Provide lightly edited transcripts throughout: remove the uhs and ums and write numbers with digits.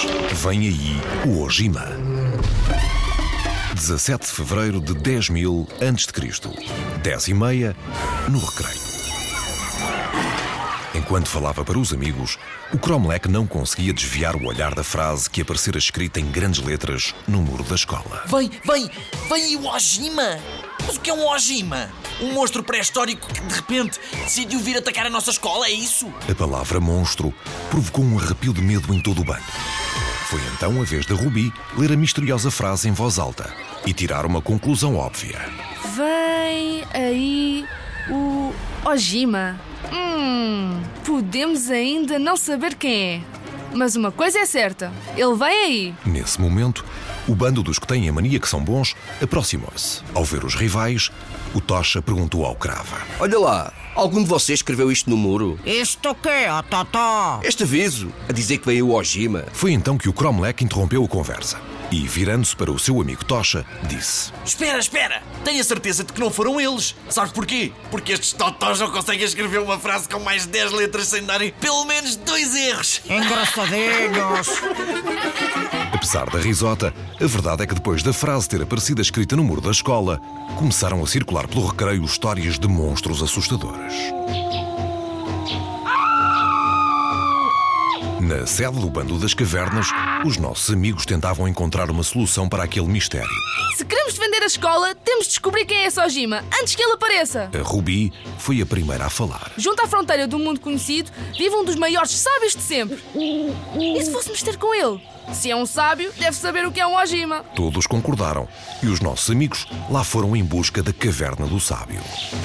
Vem aí o Ojima. 17 de fevereiro de 10.000 a.C., 10h30, no recreio. Enquanto falava para os amigos, o Cromlech não conseguia desviar o olhar da frase que aparecera escrita em grandes letras no muro da escola. Vem aí o Ojima! Mas o que é um Ojima? Um monstro pré-histórico que, de repente, decidiu vir atacar a nossa escola, é isso? A palavra monstro provocou um arrepio de medo em todo o bando. Foi então a vez da Ruby ler a misteriosa frase em voz alta e tirar uma conclusão óbvia. Vem aí o Ojima. Podemos ainda não saber quem é. Mas uma coisa é certa, ele vem aí. Nesse momento, o bando dos que têm a mania que são bons aproximou-se. Ao ver os rivais, o Tocha perguntou ao Crava: Olha lá, algum de vocês escreveu isto no muro? Isto o quê, ó Totó? Este aviso, a dizer que veio o Ojima. Foi então que o Cromlech interrompeu a conversa e, virando-se para o seu amigo Tocha, disse: Espera! Tenho a certeza de que não foram eles. Sabes porquê? Porque estes totós não conseguem escrever uma frase com mais de 10 letras sem darem pelo menos 2 erros. Engraçadinhos! Apesar da risota, a verdade é que depois da frase ter aparecido escrita no muro da escola, começaram a circular pelo recreio histórias de monstros assustadores. Na sede do Bando das Cavernas, os nossos amigos tentavam encontrar uma solução para aquele mistério. Se queremos defender a escola, temos de descobrir quem é esse Ojima, antes que ele apareça. A Ruby foi a primeira a falar. Junto à fronteira do mundo conhecido, vive um dos maiores sábios de sempre. E se fôssemos ter com ele? Se é um sábio, deve saber o que é um Ojima. Todos concordaram e os nossos amigos lá foram em busca da Caverna do Sábio.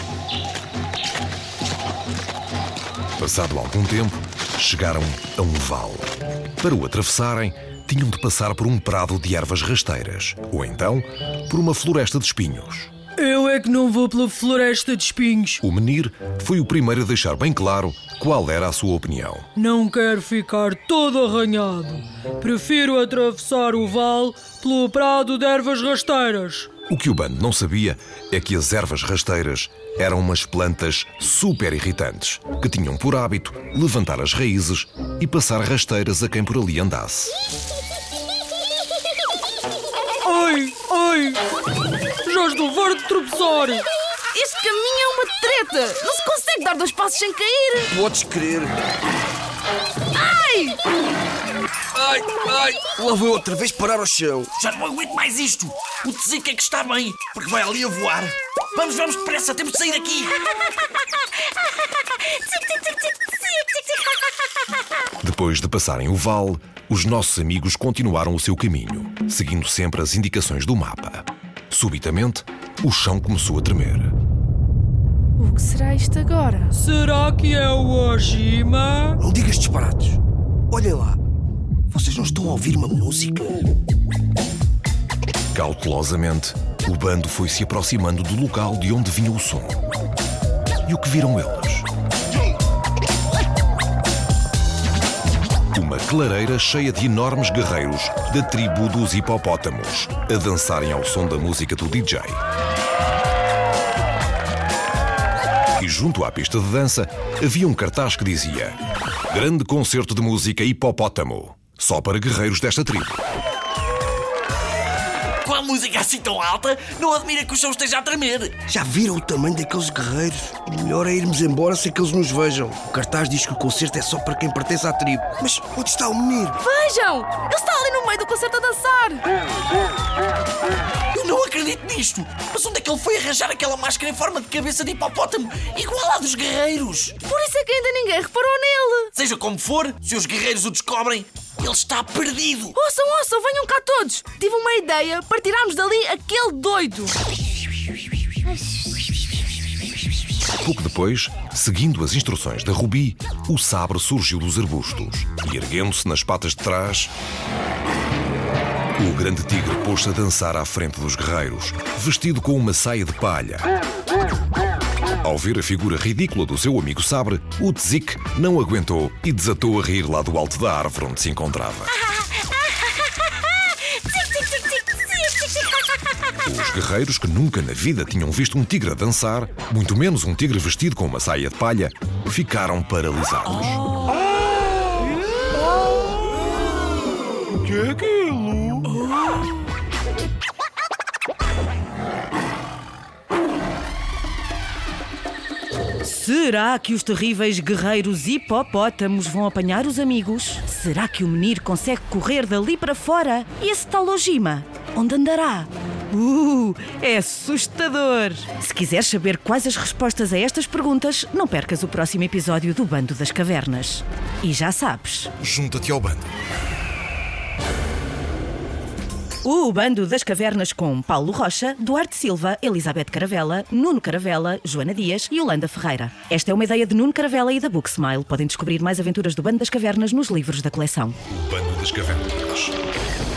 Passado algum tempo, chegaram a um vale. Para o atravessarem, tinham de passar por um prado de ervas rasteiras, ou então por uma floresta de espinhos. Eu é que não vou pela floresta de espinhos. O menir foi o primeiro a deixar bem claro qual era a sua opinião. Não quero ficar todo arranhado. Prefiro atravessar o vale pelo prado de ervas rasteiras. O que o bando não sabia é que as ervas rasteiras eram umas plantas super irritantes que tinham por hábito levantar as raízes e passar rasteiras a quem por ali andasse. Ai! Já estou farto de tropeçar! Este caminho é uma treta! Não se consegue dar 2 passos sem cair! Podes crer. Ai! Ai! Lá vou outra vez parar ao chão. Já não aguento mais isto. O Tzico é que está bem, porque vai ali a voar. Vamos depressa, temos de sair daqui. Depois de passarem o vale, os nossos amigos continuaram o seu caminho, seguindo sempre as indicações do mapa. Subitamente, o chão começou a tremer. O que será isto agora? Será que é o Ojima? Não digas disparates. Olhem lá. Vocês não estão a ouvir uma música? Cautelosamente, o bando foi se aproximando do local de onde vinha o som. E o que viram eles? Uma clareira cheia de enormes guerreiros da tribo dos hipopótamos a dançarem ao som da música do DJ. E junto à pista de dança havia um cartaz que dizia: Grande concerto de música hipopótamo, só para guerreiros desta tribo. Com a música assim tão alta, não admira que o chão esteja a tremer. Já viram o tamanho daqueles guerreiros? O melhor é irmos embora sem que eles nos vejam. O cartaz diz que o concerto é só para quem pertence à tribo. Mas onde está o menino? Vejam! Ele está ali no meio do concerto a dançar! Eu não acredito nisto. Mas onde é que ele foi arranjar aquela máscara em forma de cabeça de hipopótamo, igual à dos guerreiros? Por isso é que ainda ninguém reparou nele! Seja como for, se os guerreiros o descobrem, ele está perdido. Ouçam, venham cá todos! Tive uma ideia para tirarmos dali aquele doido! Pouco depois, seguindo as instruções da Ruby, o sabre surgiu dos arbustos e, erguendo-se nas patas de trás, o grande tigre pôs-se a dançar à frente dos guerreiros, vestido com uma saia de palha. Ao ver a figura ridícula do seu amigo sabre, o Tzico não aguentou e desatou a rir lá do alto da árvore onde se encontrava. Os guerreiros, que nunca na vida tinham visto um tigre a dançar, muito menos um tigre vestido com uma saia de palha, ficaram paralisados. que é aquilo? Será que os terríveis guerreiros hipopótamos vão apanhar os amigos? Será que o menino consegue correr dali para fora? E esse tal Ojima? Onde andará? É assustador! Se quiseres saber quais as respostas a estas perguntas, não percas o próximo episódio do Bando das Cavernas. E já sabes... Junta-te ao bando. O Bando das Cavernas com Paulo Rocha, Duarte Silva, Elizabeth Caravela, Nuno Caravela, Joana Dias e Yolanda Ferreira. Esta é uma ideia de Nuno Caravela e da Booksmile. Podem descobrir mais aventuras do Bando das Cavernas nos livros da coleção. O Bando das Cavernas.